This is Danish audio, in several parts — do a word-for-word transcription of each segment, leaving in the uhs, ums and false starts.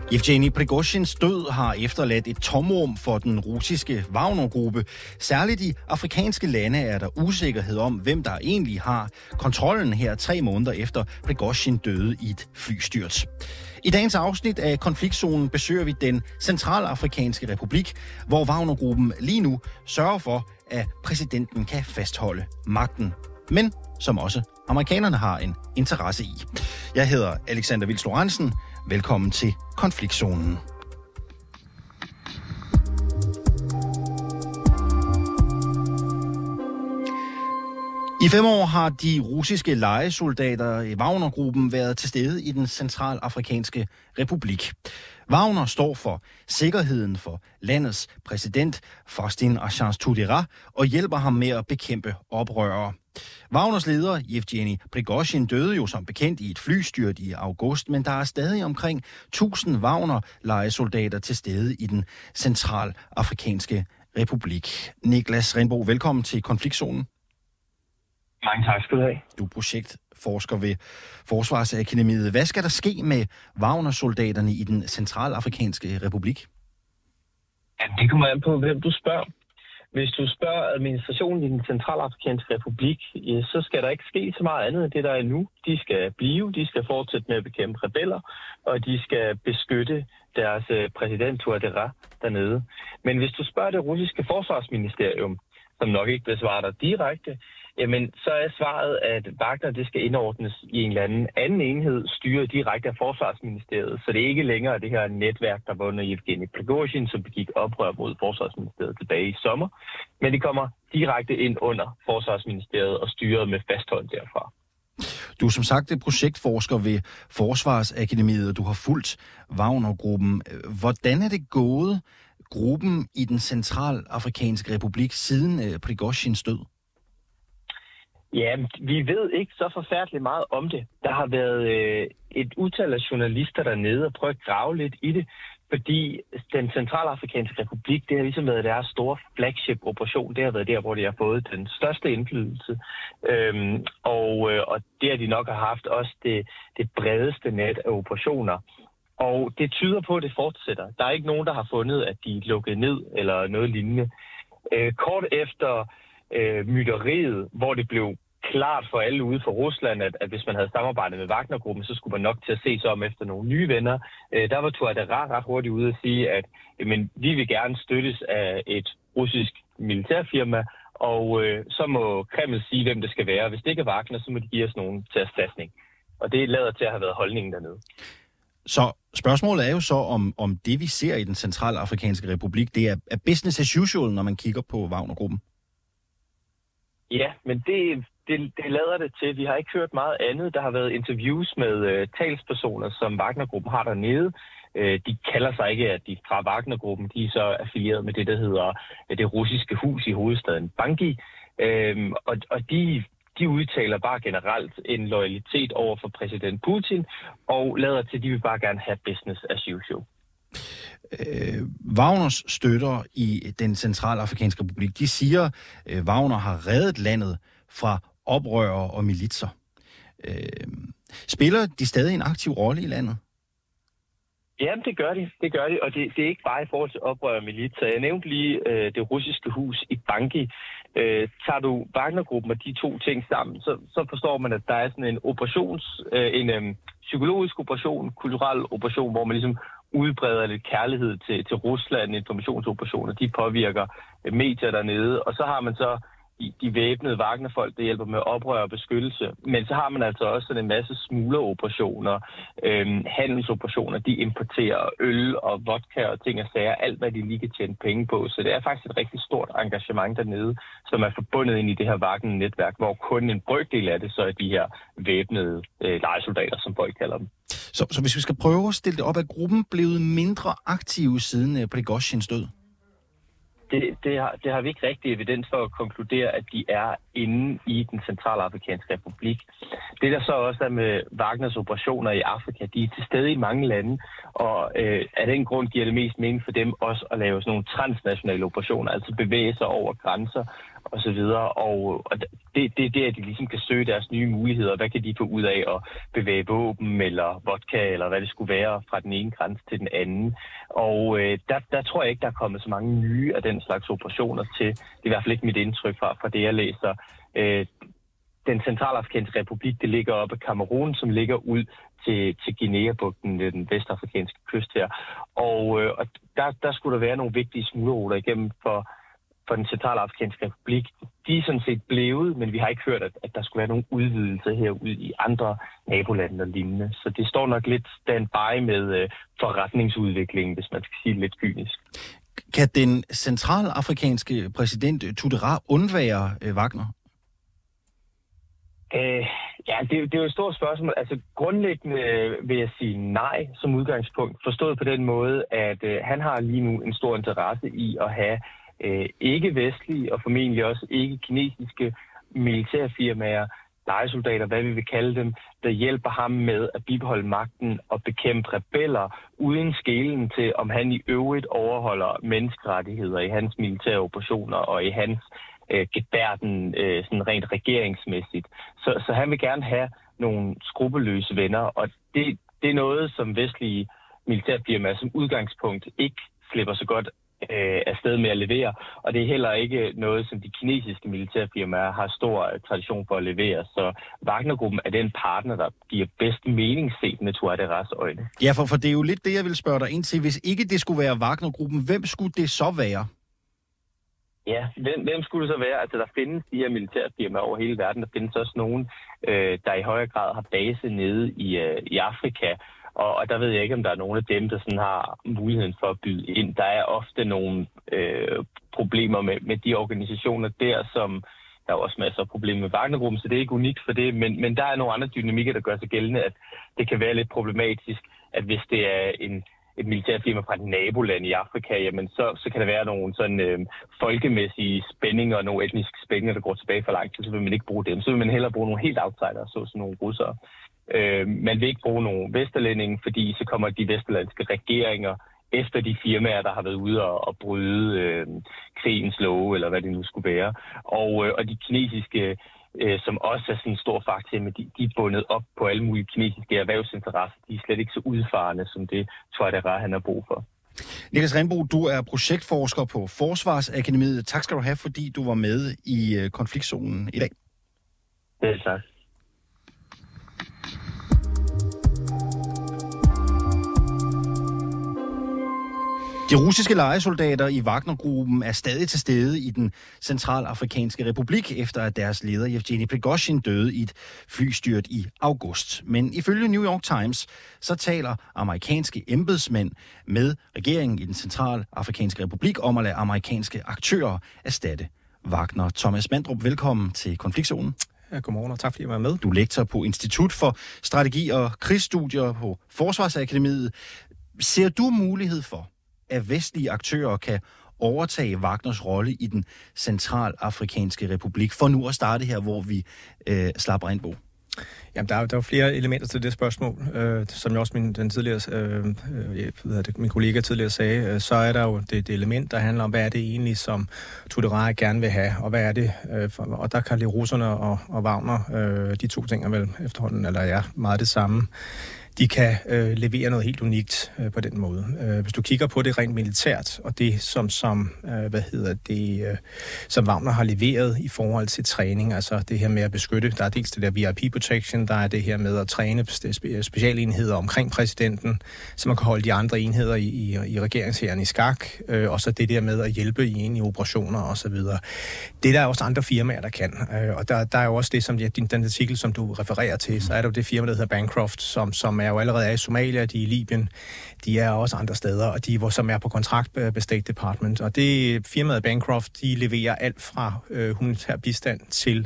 Yevgeni Prigozjins død har efterladt et tomrum for den russiske Wagner-gruppe. Særligt i afrikanske lande er der usikkerhed om, hvem der egentlig har kontrollen her tre måneder efter Prigozjin døde i et flystyrt. I dagens afsnit af Konfliktzonen besøger vi den Centralafrikanske Republik, hvor Wagner-gruppen lige nu sørger for, at præsidenten kan fastholde magten. Men som også amerikanerne har en interesse i. Jeg hedder Alexander Vils Lorentzen. Velkommen til Konfliktzonen. I fem år har de russiske lejesoldater i Wagner-gruppen været til stede i den Centralafrikanske Republik. Wagner står for sikkerheden for landets præsident, Faustin Archange Touadéra, og hjælper ham med at bekæmpe oprørere. Wagners leder, Yevgeni Prigozjin, døde jo som bekendt i et flystyrt i august, men der er stadig omkring tusind Wagner-lejesoldater til stede i den Centralafrikanske Republik. Niklas Renbo, velkommen til Konfliktzonen. Mange tak skal du have. Du er projektforsker ved Forsvarsakademiet. Hvad skal der ske med Wagner-soldaterne i den Centralafrikanske Republik? Ja, det kommer an på, hvem du spørger. Hvis du spørger administrationen i den Centralafrikanske Republik, ja, så skal der ikke ske så meget andet end det, der er nu. De skal blive, de skal fortsætte med at bekæmpe rebeller, og de skal beskytte deres præsident Touadéra dernede. Men hvis du spørger det russiske forsvarsministerium, som nok ikke besvarer dig direkte, jamen så er svaret, at Wagner det skal indordnes i en eller anden anden enhed, styret direkte af Forsvarsministeriet. Så det er ikke længere det her netværk, der var under Yevgeni Prigozjin, som begik oprør mod Forsvarsministeriet tilbage i sommer. Men det kommer direkte ind under Forsvarsministeriet og styret med fasthold derfra. Du er som sagt projektforsker ved Forsvarsakademiet, og du har fulgt Wagner-gruppen. Hvordan er det gået gruppen i den Centralafrikanske Republik siden Prigozjins død? Ja, vi ved ikke så forfærdeligt meget om det. Der har været øh, et utal af journalister dernede og prøvet at grave lidt i det, fordi den Centralafrikanske Republik, det har ligesom været deres store flagship-operation. Det har været der, hvor de har fået den største indflydelse. Øhm, og, øh, og det har de nok har haft også det, det bredeste net af operationer. Og det tyder på, at det fortsætter. Der er ikke nogen, der har fundet, at de er lukket ned eller noget lignende. Øh, kort efter øh, mytteriet, hvor det blev klart for alle ude for Rusland, at, at hvis man havde samarbejdet med Wagner-gruppen, så skulle man nok til at se sig om efter nogle nye venner. Øh, der var Touadéra ret hurtigt ude at sige, at men, vi vil gerne støttes af et russisk militærfirma, og øh, så må Kreml sige, hvem det skal være. Hvis det ikke er Wagner, så må de give os nogen til erstatning. Og det lader til at have været holdningen dernede. Så spørgsmålet er jo så, om, om det, vi ser i den Centralafrikanske Republik, det er, er business as usual, når man kigger på Wagner-gruppen? Ja, men det, det, det lader det til. Vi har ikke hørt meget andet. Der har været interviews med øh, talspersoner, som Wagner-gruppen har dernede. Øh, de kalder sig ikke, at de er fra Wagner-gruppen. De er så affilieret med det, der hedder øh, det russiske hus i hovedstaden Bangui. Øh, og, og de... De udtaler bare generelt en loyalitet over for præsident Putin, og lader til, at de vil bare gerne have business as usual. Øh, Wagners støtter i den Centralafrikanske Republik, de siger, at øh, Wagner har reddet landet fra oprørere og militser. Øh, spiller de stadig en aktiv rolle i landet? Ja, det gør de. Det gør de, og det, det er ikke bare i forhold til oprør og militser. Jeg nævnte lige øh, det russiske hus i Bangui. Øh, tager du Wagner-gruppen og de to ting sammen, så, så forstår man, at der er sådan en operations, øh, en øh, psykologisk operation, kulturel operation, hvor man ligesom udbreder lidt kærlighed til, til Rusland, informationsoperationer, de påvirker øh, medier dernede, og så har man så de, de væbnede Wagner-folk, der hjælper med oprør og beskyttelse. Men så har man altså også sådan en masse smugleroperationer, øhm, handelsoperationer. De importerer øl og vodka og ting og sager, alt hvad de lige kan tjene penge på. Så det er faktisk et rigtig stort engagement dernede, som er forbundet ind i det her Wagner-netværk, hvor kun en brøkdel af det så er de her væbnede øh, lejesoldater, som folk kalder dem. Så, så hvis vi skal prøve at stille det op, er gruppen blevet mindre aktiv siden øh, Prigozjins død? det, det, har, det har vi ikke rigtig evidens for at konkludere, at de er inde i den centralafrikanske republik. Det der så også er med Wagners operationer i Afrika, de er til stede i mange lande, og øh, af den grund giver det mest mening for dem også at lave sådan nogle transnationale operationer, altså bevæge sig over grænser og så videre, og, og det, det er det, at de ligesom kan søge deres nye muligheder. Hvad kan de få ud af at bevæge våben eller vodka, eller hvad det skulle være, fra den ene grænse til den anden. Og øh, der, der tror jeg ikke, der er kommet så mange nye af den slags operationer til. Det er i hvert fald ikke mit indtryk fra, fra det, jeg læser. Øh, den centralafrikanske republik, det ligger oppe af Kamerun, som ligger ud til, til Guinea-bugten, den vestafrikanske kyst her. Og, øh, og der, der skulle der være nogle vigtige smuglerruter igennem for for den centralafrikanske republik. De er sådan set blevet, men vi har ikke hørt, at, at der skulle være nogen udvidelse herude i andre nabolande og lignende. Så det står nok lidt standby med øh, forretningsudviklingen, hvis man skal sige det lidt kynisk. Kan den centralafrikanske præsident Touadéra undvære øh, Wagner? Øh, ja, det, det er jo et stort spørgsmål. Altså grundlæggende øh, vil jeg sige nej som udgangspunkt. Forstået på den måde, at øh, han har lige nu en stor interesse i at have Øh, ikke-vestlige og formentlig også ikke-kinesiske militærfirmaer, lejesoldater, hvad vi vil kalde dem, der hjælper ham med at bibeholde magten og bekæmpe rebeller, uden skelen til, om han i øvrigt overholder menneskerettigheder i hans militære operationer og i hans øh, gebærden øh, sådan rent regeringsmæssigt. Så, så han vil gerne have nogle skrupelløse venner, og det, det er noget, som vestlige militærfirmaer som udgangspunkt ikke slipper så godt øh, afsted med at levere, og det er heller ikke noget, som de kinesiske militærfirmaer har stor tradition for at levere. Så Wagner-gruppen er den partner, der giver bedst mening set med Touadéras øjne. Ja, for, for det er jo lidt det, jeg vil spørge dig ind til. Hvis ikke det skulle være Wagner-gruppen, hvem skulle det så være? Ja, hvem, hvem skulle det så være? Altså, der findes de her militærfirmaer over hele verden. Der findes også nogen, øh, der i højere grad har base nede i, øh, i Afrika. Og, og der ved jeg ikke, om der er nogen af dem, der sådan har muligheden for at byde ind. Der er ofte nogle øh, problemer med, med de organisationer der, som der er også masser af problemer med Wagner-gruppen, så det er ikke unikt for det. Men, men der er nogle andre dynamikker, der gør sig gældende, at det kan være lidt problematisk, at hvis det er en et militærfirma fra et naboland i Afrika, jamen så, så kan der være nogle sådan øh, folkemæssige spændinger og nogle etniske spændinger, der går tilbage for lang tid, så vil man ikke bruge dem. Så vil man hellere bruge nogle helt outsidere, så sådan nogle russere. Øh, man vil ikke bruge nogle vesterlændinge, fordi så kommer de vesterlandske regeringer efter de firmaer, der har været ude og, og bryde øh, krigens love, eller hvad det nu skulle være. Og, øh, og de kinesiske Øh, som også er sådan en stor faktor, men de, de er bundet op på alle mulige kinesiske erhvervsinteresser. De er slet ikke så udfarende, som det Touadéra han har brug for. Niklas Rindbo, du er projektforsker på Forsvarsakademiet. Tak skal du have, fordi du var med i øh, konfliktzonen i dag. Selv tak. De russiske lejesoldater i Wagner-gruppen er stadig til stede i den centralafrikanske republik, efter at deres leder Yevgeny Prigozhin døde i et flystyrt i august. Men ifølge New York Times, så taler amerikanske embedsmænd med regeringen i den centralafrikanske republik om at lade amerikanske aktører erstatte Wagner. Thomas Mandrup, velkommen til konfliktzonen. Ja, godmorgen, og tak fordi jeg var med. Du er lektor på Institut for Strategi og Krigsstudier på Forsvarsakademiet. Ser du mulighed for, at vestlige aktører kan overtage Wagners rolle i den centralafrikanske republik, for nu at starte her, hvor vi øh, slapper ind på? Jamen, der er, der er flere elementer til det spørgsmål, øh, som jeg også min, den tidligere, øh, jeg ved det, min kollega tidligere sagde, øh, så er der jo det, det element, der handler om, hvad er det egentlig, som Touadéra gerne vil have, og hvad er det, øh, for, og der kan det russerne og, og Wagner, øh, de to ting er vel efterhånden, eller er meget det samme. De kan øh, levere noget helt unikt øh, på den måde. Øh, hvis du kigger på det rent militært, og det som, som øh, hvad hedder det, øh, som Wagner har leveret i forhold til træning, altså det her med at beskytte, der er dels det der V I P protection, der er det her med at træne spe- specialenheder omkring præsidenten, så man kan holde de andre enheder i, i, i regeringshæren i skak, øh, og så det der med at hjælpe i en i operationer osv. Det der er også andre firmaer, der kan, øh, og der, der er jo også det, som ja, din, den artikel, som du refererer til, så er der jo det firma, der hedder Bancroft, som, som er er jo allerede er i Somalia, de er i Libyen, de er også andre steder, og de som er på kontrakt med State Department. Og det firmaet Bancroft, de leverer alt fra øh, humanitær bistand til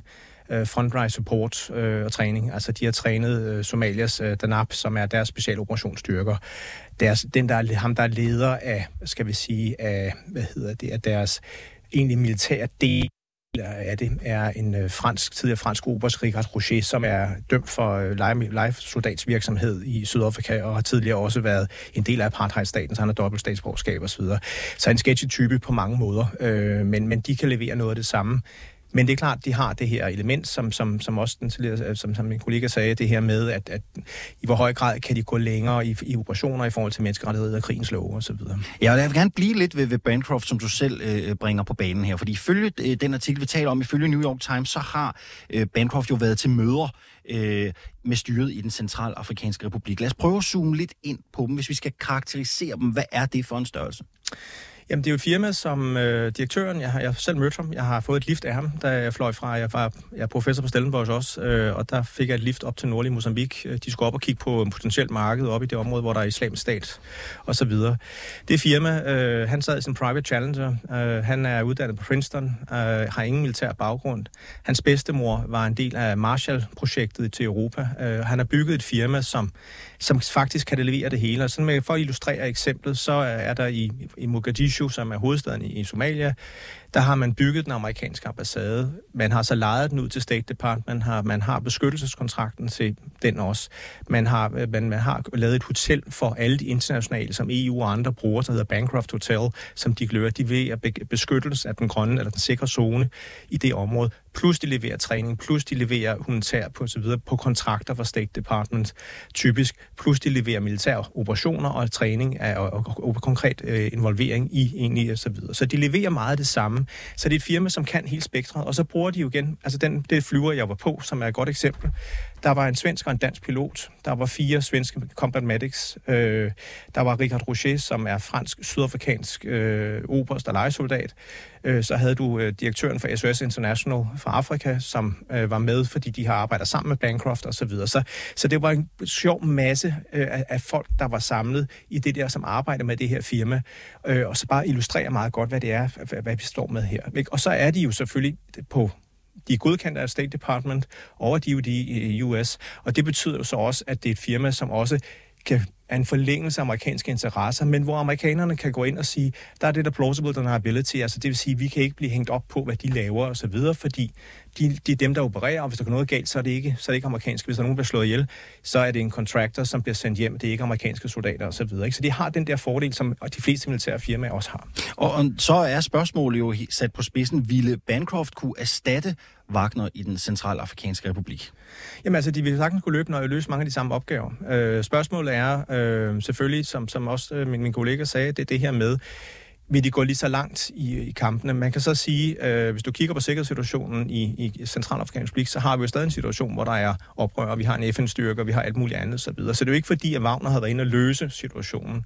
øh, frontline support øh, og træning. Altså de har trænet øh, Somalias øh, Danab, som er deres speciale operationsstyrker. Deres, den der, ham, der er leder af, skal vi sige, af, hvad hedder det, af deres egentlig militære del af det, er en øh, fransk, tidligere fransk oberst, Richard Rocher, som er dømt for øh, live-soldatsvirksomhed i Sydafrika, og har tidligere også været en del af apartheidstaten, så han har dobbelt statsborgerskab osv. Så en sketchy type på mange måder, øh, men, men de kan levere noget af det samme. Men det er klart, de har det her element, som, som, som også den tidligere, som, som min kollega sagde, det her med, at, at i hvor høj grad kan de gå længere i, i operationer i forhold til menneskerettigheder og krigens love osv. Ja, og jeg vil gerne blive lidt ved, ved Bancroft, som du selv øh, bringer på banen her, fordi ifølge øh, den artikel, vi taler om, ifølge New York Times, så har øh, Bancroft jo været til møder øh, med styret i den centralafrikanske republik. Lad os prøve at zoome lidt ind på dem, hvis vi skal karakterisere dem. Hvad er det for en størrelse? Jamen, det er jo et firma, som øh, direktøren, jeg har jeg selv mødt ham, jeg har fået et lift af ham, da jeg fløj fra, jeg var jeg er professor på Stellenbosch også, øh, og der fik jeg et lift op til nordlige Mozambique. De skulle op og kigge på et potentielt marked op i det område, hvor der er islamisk stat og så videre. Det firma, øh, han sad i sin private challenger, øh, han er uddannet på Princeton, øh, har ingen militær baggrund. Hans bedstemor var en del af Marshall-projektet til Europa. Øh, han har bygget et firma, som, som faktisk kan levere det hele. Og sådan med, for at illustrere eksemplet, så er der i, i Mogadishu, som er hovedstaden i, i Somalia, der har man bygget den amerikanske ambassade. Man har så lejet den ud til State Department. Har, man har beskyttelseskontrakten til den også. Man har, man, man har lavet et hotel for alle de internationale, som E U og andre bruger, som hedder Bancroft Hotel, som de løber. De leverer beskyttelse af den grønne eller den sikre zone i det område. Plus de leverer træning, plus de leverer humanitær på, så videre, på kontrakter fra State Department, typisk. Plus de leverer militære operationer og træning af, og, og, og konkret øh, involvering i egentlig og så videre. Så de leverer meget det samme. Så det er et firma, som kan hele spektret, og så bruger de jo igen, altså den, det flyver, jeg var på, som er et godt eksempel. Der var en svensk og en dansk pilot. Der var fire svenske combat medics. Øh, der var Richard Rocher, som er fransk-sydafrikansk øh, oberst og lejesoldat. Øh, så havde du øh, direktøren for S O S International fra Afrika, som øh, var med, fordi de har arbejdet sammen med Bancroft og så videre. Så, så det var en sjov masse øh, af folk, der var samlet i det der, som arbejder med det her firma. Øh, og så bare illustrerer meget godt, hvad det er, hvad, hvad vi står med her. Og så er de jo selvfølgelig på... De er godkendt af State Department og de i U S, og det betyder jo så også, at det er et firma, som også kan er en forlængelse af amerikanske interesser, men hvor amerikanerne kan gå ind og sige, der er det der plausible deniability, altså det vil sige, at vi kan ikke blive hængt op på, hvad de laver og så videre, fordi de, de er dem, der opererer, og hvis der går noget galt, så er det ikke, så er det ikke amerikanske. Hvis der er nogen, der bliver slået ihjel, så er det en contractor, som bliver sendt hjem, det er ikke amerikanske soldater og så videre. Ikke? Så de har den der fordel, som de fleste militære firmaer også har. Og, og så er spørgsmålet jo sat på spidsen, ville Bancroft kunne erstatte Wagner i den centralafrikanske republik? Jamen altså, de ville sagtens kunne løbe, når jeg løse mange af de samme opgaver. Øh, spørgsmålet er øh, selvfølgelig, som, som også øh, min, min kollega sagde, det er det her med, vil de gå lige så langt i, i kampene? Man kan så sige, øh, hvis du kigger på sikkerhedssituationen i, i Centralafrikansk Republik, så har vi jo stadig en situation, hvor der er oprør, og vi har en F N-styrke, og vi har alt muligt andet osv. Så det er jo ikke fordi, at Wagner havde været inde og løse situationen.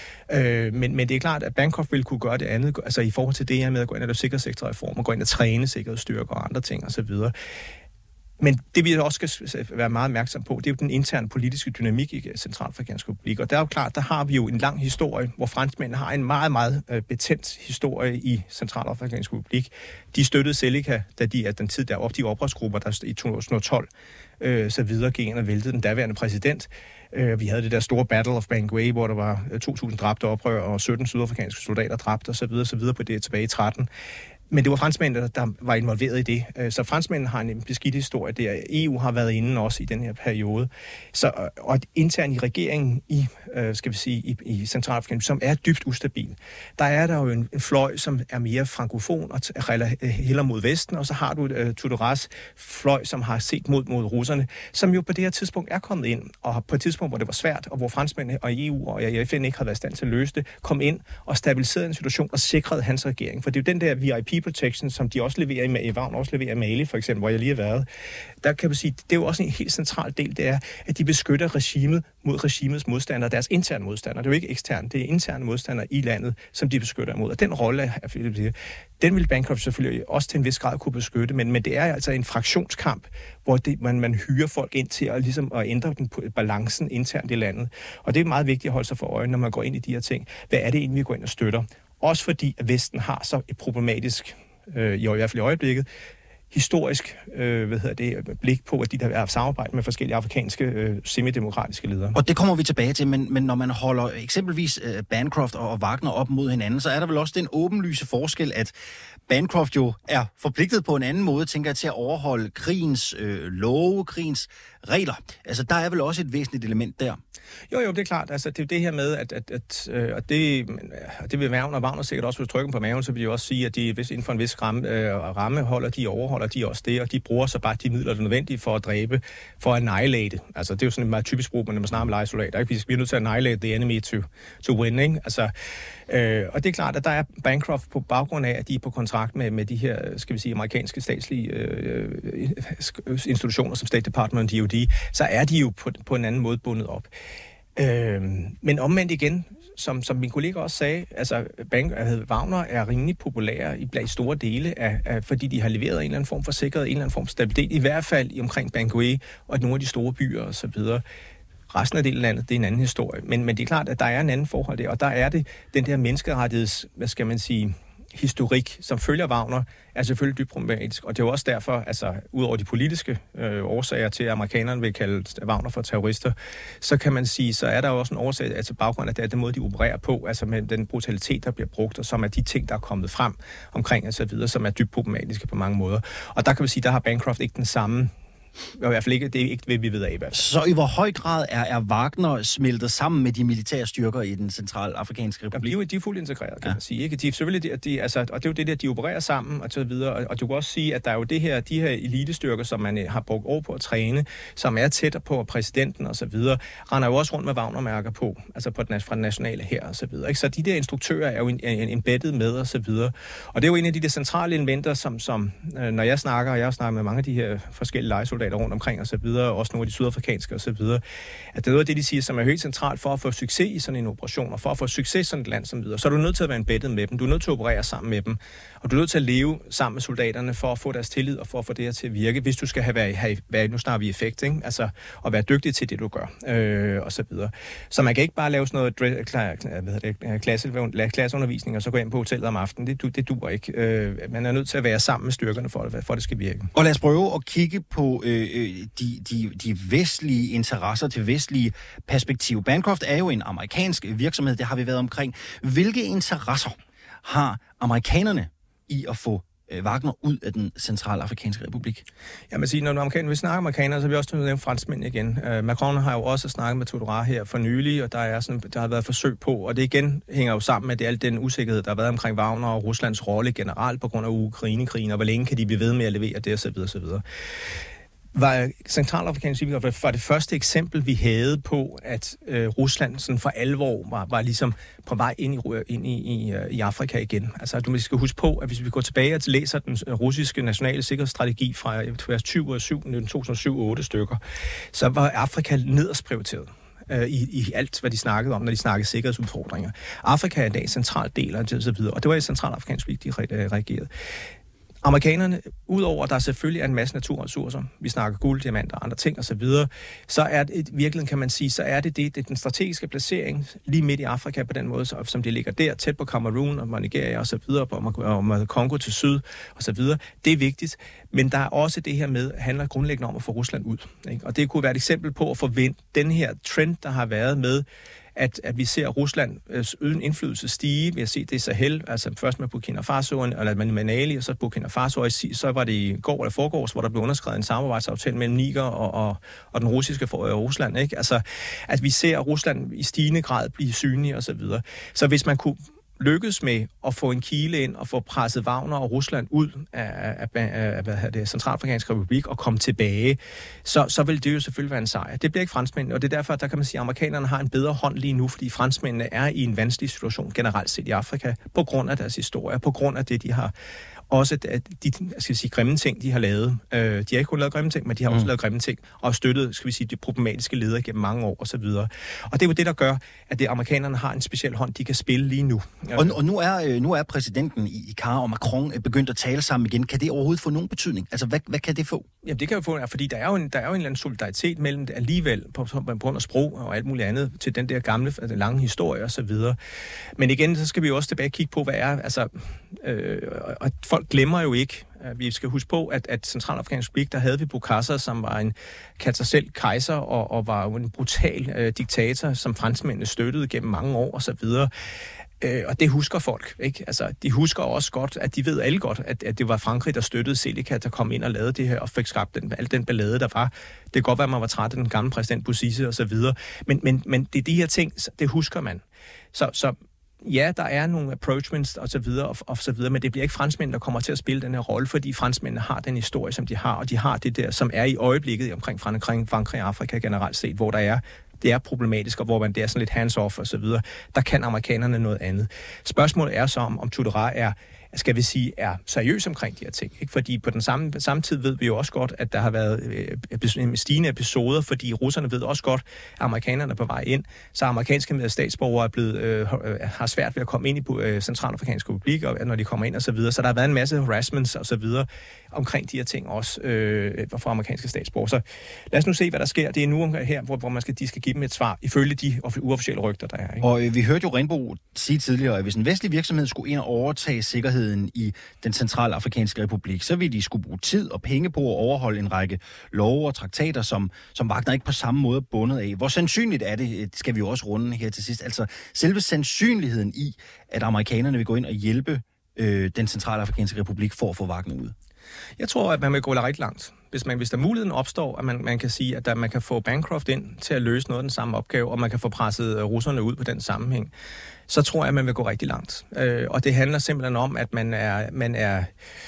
Øh, men, men det er klart, at Bancroft ville kunne gøre det andet, altså i forhold til det her med at gå ind og lave sikkerhedssektorreformer, gå ind og træne sikkerhedsstyrker og andre ting osv. Men det vi også skal være meget opmærksom på, det er jo den interne politiske dynamik i Centralafrikansk Republik. Og der er jo klart, der har vi jo en lang historie, hvor franskmændene har en meget, meget betændt historie i Centralafrikansk Republik. De støttede Seleka, da de at den tid der op de oprørsgrupper, der i to tusind og tolv øh, så videre gik ind og væltede den daværende præsident. Øh, vi havde det der store Battle of Bangui, hvor der var to tusind dræbte oprør og sytten sydafrikanske soldater dræbte og så videre, så videre på det tilbage i tretten. Men det var franskmændene, der var involveret i det. Så franskmændene har en beskidt historie der. E U har været inde også i den her periode. Så, og internt i regeringen i, skal vi sige, i, i Centralafrika, som er dybt ustabil. Der er der jo en, en fløj, som er mere frankofon og hælder mod Vesten, og så har du uh, Tudoras fløj, som har set mod, mod russerne, som jo på det her tidspunkt er kommet ind, og på et tidspunkt, hvor det var svært, og hvor franskmændene og E U og F N ikke havde været i stand til at løse det, kom ind og stabiliserede en situation og sikrede hans regering. For det er jo den der V I P protection, som de også leverer i, i Wagner også leverer i Mali, for eksempel, hvor jeg lige har været. Der kan man sige, det er jo også en helt central del, det er, at de beskytter regimet mod regimets modstandere, deres interne modstandere. Det er jo ikke eksterne, det er interne modstandere i landet, som de beskytter imod. Og den rolle, den vil Bancroft selvfølgelig også til en vis grad kunne beskytte, men, men det er altså en fraktionskamp, hvor det, man, man hyrer folk ind til at, ligesom, at ændre den balancen internt i landet. Og det er meget vigtigt at holde sig for øje, når man går ind i de her ting. Hvad er det egentlig, vi går ind og støtter? Også fordi, at Vesten har så et problematisk, øh, i hvert fald i øjeblikket, historisk øh, hvad hedder det, blik på, at de der har samarbejdet med forskellige afrikanske øh, semidemokratiske ledere. Og det kommer vi tilbage til, men, men når man holder eksempelvis øh, Bancroft og Wagner op mod hinanden, så er der vel også den åbenlyse forskel, at Bancroft jo er forpligtet på en anden måde, tænker jeg, til at overholde krigens øh, love, krigens regler. Altså, der er vel også et væsentligt element der. Jo, jo, det er klart. Altså, det er jo det her med, at, at, at øh, og det, det vil Wagner og Wagner sikkert også vil trykke på maven, så vil de også sige, at de hvis inden for en vis ramme, øh, ramme holder, de overholder de også det, og de bruger så bare de midler, der er nødvendige for at dræbe, for at annihilate. Altså, det er jo sådan et meget typisk brug, når man snakker med lejesoldater, ikke? Vi er nødt til at annihilate the enemy to, to win, ikke? Altså, øh, og det er klart, at der er Bancroft på baggrund af, at de er på kontrakt med, med de her, skal vi sige, amerikanske statslige øh, institutioner som State Department og D O D, så er de jo på, på en anden måde bundet op. Øh, men omvendt igen, som, som min kollega også sagde, altså Bank, altså, Wagner er rimelig populære i blandt store dele, af, af, fordi de har leveret en eller anden form for sikkerhed, en eller anden form for stabilitet, i hvert fald i omkring Bangui og nogle af de store byer og så videre. Resten af det landet, det er en anden historie. Men, men det er klart, at der er en anden forhold der, og der er det den der menneskerettigheds, hvad skal man sige, historik, som følger Wagner, er selvfølgelig dybt problematisk. Og det er jo også derfor, altså ud over de politiske øh, årsager til, at amerikanerne vil kalde Wagner for terrorister, så kan man sige, så er der jo også en årsag, altså baggrund af det er den måde, de opererer på, altså med den brutalitet, der bliver brugt, og som er de ting, der er kommet frem omkring og så videre, som er dybt problematiske på mange måder. Og der kan man sige, der har Bancroft ikke den samme. I hvert fald ikke, det er ikke det, vi ved af i hvert fald. Så i hvor høj grad er, er Wagner smeltet sammen med de militære styrker i den centralafrikanske republik? Jamen, de, er jo, de er fuldt integreret, kan ja. man sige. Ikke? De er selvfølgelig, de, altså, og det er jo det der, de opererer sammen og så videre. Og, og du kan også sige, at der er jo det her, de her elitestyrker, som man har brugt år på at træne, som er tættere på præsidenten og så videre, render jo også rundt med Wagner-mærker på, altså på den, fra den nationale her og så videre. Ikke? Så de der instruktører er jo embedded med og så videre. Og det er jo en af de der centrale elementer, som, som når jeg snakker, og jeg har snakket med mange af de her forskellige lejesoldater rundt omkring og så videre, også nogle af de sydafrikanske og så videre, at det er noget af det, de siger, som er helt centralt for at få succes i sådan en operation, og for at få succes i sådan et land som videre. Så er du nødt til at være embedded med dem, du er nødt til at operere sammen med dem, og du er nødt til at leve sammen med soldaterne for at få deres tillid og for at få det her til at virke, hvis du skal have, have, have nu snakker vi effekt, ikke? Altså at være dygtig til det, du gør, øh, og så videre. Så man kan ikke bare lave sådan noget klasse, klasseundervisning og så gå ind på hotellet om aftenen. Det, det duer ikke. Øh, man er nødt til at være sammen med styrkerne for, for at det skal virke. Og lad os prøve at kigge på øh, de, de, de vestlige interesser til vestlige perspektiv. Bancroft er jo en amerikansk virksomhed, det har vi været omkring. Hvilke interesser har amerikanerne i at få Wagner ud af den centralafrikanske republik? Ja, man siger, når amerikanerne, vi snakker amerikanere, så har vi også nævnt franskmænd igen. Uh, Macron har jo også snakket med Touadéra her for nylig, og der, er sådan, der har været forsøg på, og det igen hænger jo sammen med det, al den usikkerhed, der har været omkring Wagner og Ruslands rolle generelt på grund af Ukraine-krigen, og hvor længe kan de blive ved med at levere det, og så videre, så videre. Var centralafrikansk var det første eksempel, vi havde på, at øh, Rusland sådan for alvor var, var ligesom på vej ind i, ind i, i, i Afrika igen. Altså, du skal huske på, at hvis vi går tilbage og læser den russiske nationale sikkerhedsstrategi fra to tusind og syv otte stykker, så var Afrika nederst prioriteret. I, i alt, hvad de snakkede om, når de snakkede sikkerhedsudfordringer. Afrika er i dag en central del af det, og så videre, og det var i centralafrikansk de reagerede. Amerikanerne, udover at der selvfølgelig er en masse naturressourcer, vi snakker guld, diamanter og andre ting osv., så, så er det virkelig, kan man sige, så er det, det, det den strategiske placering lige midt i Afrika på den måde, som det ligger der, tæt på Cameroon og Nigeria og så videre, og Kongo til syd og så videre. Det er vigtigt, men der er også det her med, handler grundlæggende om at få Rusland ud. Ikke? Og det kunne være et eksempel på at få vendt den her trend, der har været med, At, at vi ser Rusland uden indflydelse stige. Vi har set det i Sahel, altså først med Burkina Faso, eller med Mali, og så Burkina Faso, og så var det i går eller forgårs, hvor der blev underskrevet en samarbejdsaftale mellem Niger og, og, og den russiske for, uh, Rusland. Ikke? Altså, at vi ser Rusland i stigende grad blive synlig og så videre. Så hvis man kunne lykkes med at få en kile ind og få presset Wagner og Rusland ud af, af, af, af, af det centralafrikanske republik og komme tilbage, så, så vil det jo selvfølgelig være en sejr. Det bliver ikke franskmændene, og det er derfor, at der kan man sige, at amerikanerne har en bedre hånd lige nu, fordi franskmændene er i en vanskelig situation generelt set i Afrika, på grund af deres historie, på grund af det, de har også de, skal vi sige, grimme ting, de har lavet. Øh, de har ikke kun lavet grimme ting, men de har også mm. lavet grimme ting, og støttet, skal vi sige, de problematiske ledere gennem mange år, og så videre. Og det er jo det, der gør, at det amerikanerne har en speciel hånd, de kan spille lige nu. Og, og nu, er, nu er præsidenten i, i Car og Macron begyndt at tale sammen igen. Kan det overhovedet få nogen betydning? Altså, hvad, hvad kan det få? Jamen, det kan jo få, fordi der er jo en, der er jo en eller anden solidaritet mellem det alligevel, på, på grund af sprog og alt muligt andet, til den der gamle, den lange historie, og så videre. Men igen, så skal vi jo også tilbage og kigge på, hvad er, altså, øh, og folk glemmer jo ikke, Vi skal huske på, at, at Centralafrikansk Republik, der havde vi Bokassa, som var en katasel kejser og, og var en brutal øh, diktator, som franskmændene støttede gennem mange år osv. Øh, og det husker folk, ikke? Altså, de husker også godt, at de ved alle godt, at, at det var Frankrig, der støttede Seleka, der kom ind og lavede det her og fik skabt den, al den ballade, der var. Det kan godt være, at man var træt af den gamle præsident Bouzizi og så videre. Men, men, men det er de her ting, det husker man. Så, så ja, der er nogle approachments og så videre og, og så videre, men det bliver ikke franskmænd, der kommer til at spille den her rolle, fordi franskmændene har den historie, som de har, og de har det der, som er i øjeblikket omkring Frankrig, Frankrig og Afrika generelt set, hvor der er det er problematisk, og hvor man det er sådan lidt hands-off og så videre. Der kan amerikanerne noget andet. Spørgsmålet er så, om, om Touadéra er, skal vi sige, er seriøs omkring de her ting. Ikke? Fordi på den samme, samme tid ved vi jo også godt, at der har været øh, stigende episoder, fordi russerne ved også godt, at amerikanerne er på vej ind, så amerikanske statsborgere er blevet, øh, har svært ved at komme ind i øh, Centralafrikansk Republik, og når de kommer ind og så videre. Så der har været en masse harassments og så videre omkring de her ting også øh, for amerikanske statsborgere. Så lad os nu se, hvad der sker. Det er nu her, hvor, hvor man skal, de skal give dem et svar, ifølge de uofficielle rygter, der er. Ikke? Og øh, vi hørte jo Renbo sige tidligere, at hvis en vestlig virksomhed skulle ind og overtage sikkerheden i den Centralafrikanske Republik, så ville de skulle bruge tid og penge på at overholde en række love og traktater, som, som Wagner ikke på samme måde er bundet af. Hvor sandsynligt er det, det skal vi jo også runde her til sidst, altså selve sandsynligheden i, at amerikanerne vil gå ind og hjælpe øh, den Centralafrikanske Republik for at få Wagner ud? Jeg tror, at man vil gå rigtig langt. Hvis, man, hvis der muligheden opstår, at man, man kan sige, at der, man kan få Bancroft ind til at løse noget af den samme opgave, og man kan få presset russerne ud på den sammenhæng, så tror jeg, at man vil gå rigtig langt. Øh, og det handler simpelthen om, at man er... Man er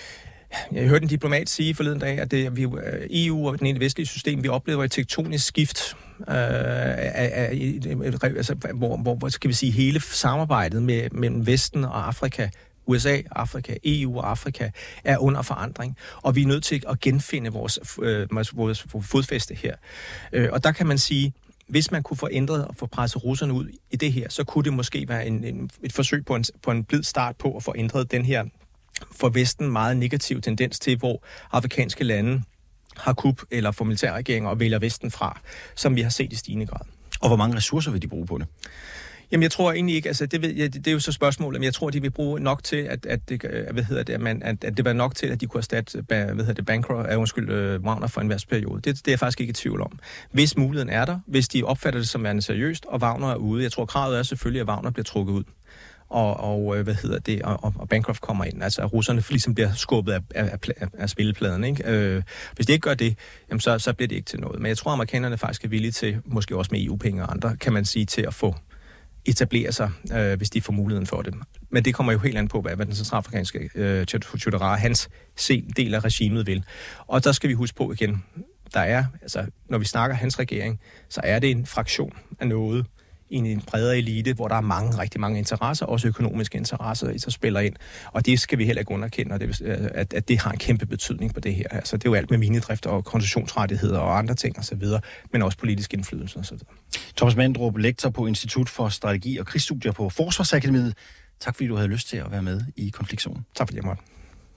jeg hørte en diplomat sige forleden dag, at det, vi, E U og den vestlige system, vi oplever et tektonisk skift, øh, af, af, altså, hvor, hvor, hvor skal vi sige, hele samarbejdet med, mellem Vesten og Afrika, U S A, Afrika, E U og Afrika, er under forandring, og vi er nødt til at genfinde vores, øh, vores fodfæste her. Øh, og der kan man sige, hvis man kunne få ændret og få presset russerne ud i det her, så kunne det måske være en, en, et forsøg på en, på en blid start på at få ændret den her for Vesten meget negativ tendens til, hvor afrikanske lande har kup eller får militærregeringer og vælger Vesten fra, som vi har set i stigende grad. Og hvor mange ressourcer vil de bruge på det? Jamen, jeg tror egentlig ikke, altså det, ved jeg, det, det er jo så spørgsmålet, men jeg tror, de vil bruge nok til, at, at, det, hvad hedder det, at, man, at, at det var nok til, at de kunne erstatte, hvad hedder det, Bancroft, uh, undskyld, uh, Wagner for en værtsperiode. Det, det er jeg faktisk ikke i tvivl om. Hvis muligheden er der, hvis de opfatter det som værende seriøst, og Wagner er ude, jeg tror, kravet er selvfølgelig, at Wagner bliver trukket ud. Og, og hvad hedder det, og, og Bancroft kommer ind. Altså, at russerne ligesom bliver skubbet af, af, af, af spillepladen, ikke? Øh, hvis de ikke gør det, jamen, så, så bliver det ikke til noget. Men jeg tror, amerikanerne faktisk er villige til, måske også med E U-penge og andre, kan man sige, til at få etablere sig, øh, hvis de får muligheden for det. Men det kommer jo helt an på, hvad, hvad den centralafrikanske øh, Touadéra, hans del af regimet vil. Og der skal vi huske på igen, der er, altså, når vi snakker hans regering, så er det en fraktion af noget i en bredere elite, hvor der er mange, rigtig mange interesser, også økonomiske interesser, der spiller ind. Og det skal vi heller ikke underkende, at, at det har en kæmpe betydning på det her. Altså, det er jo alt med minedrift og koncessionsrettigheder og andre ting osv., men også politisk indflydelse osv. Thomas Mandrup, lektor på Institut for Strategi og Krigsstudier på Forsvarsakademiet. Tak fordi du havde lyst til at være med i Konfliktzonen. Tak fordi jeg måtte.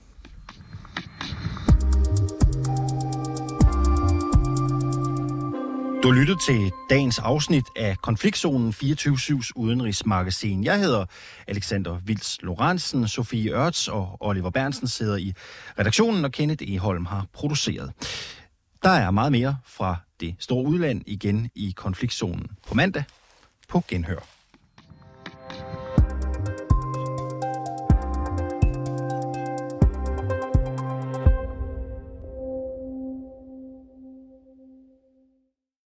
Du lyttede til dagens afsnit af Konfliktzonen fireogtyve syvs udenrigsmagasin. Jeg hedder Alexander Vils Lorentzen, Sofie Ørts og Oliver Bernsen sidder i redaktionen, og Kenneth Egholm har produceret. Der er meget mere fra det store udland igen i Konfliktzonen på mandag. På genhør.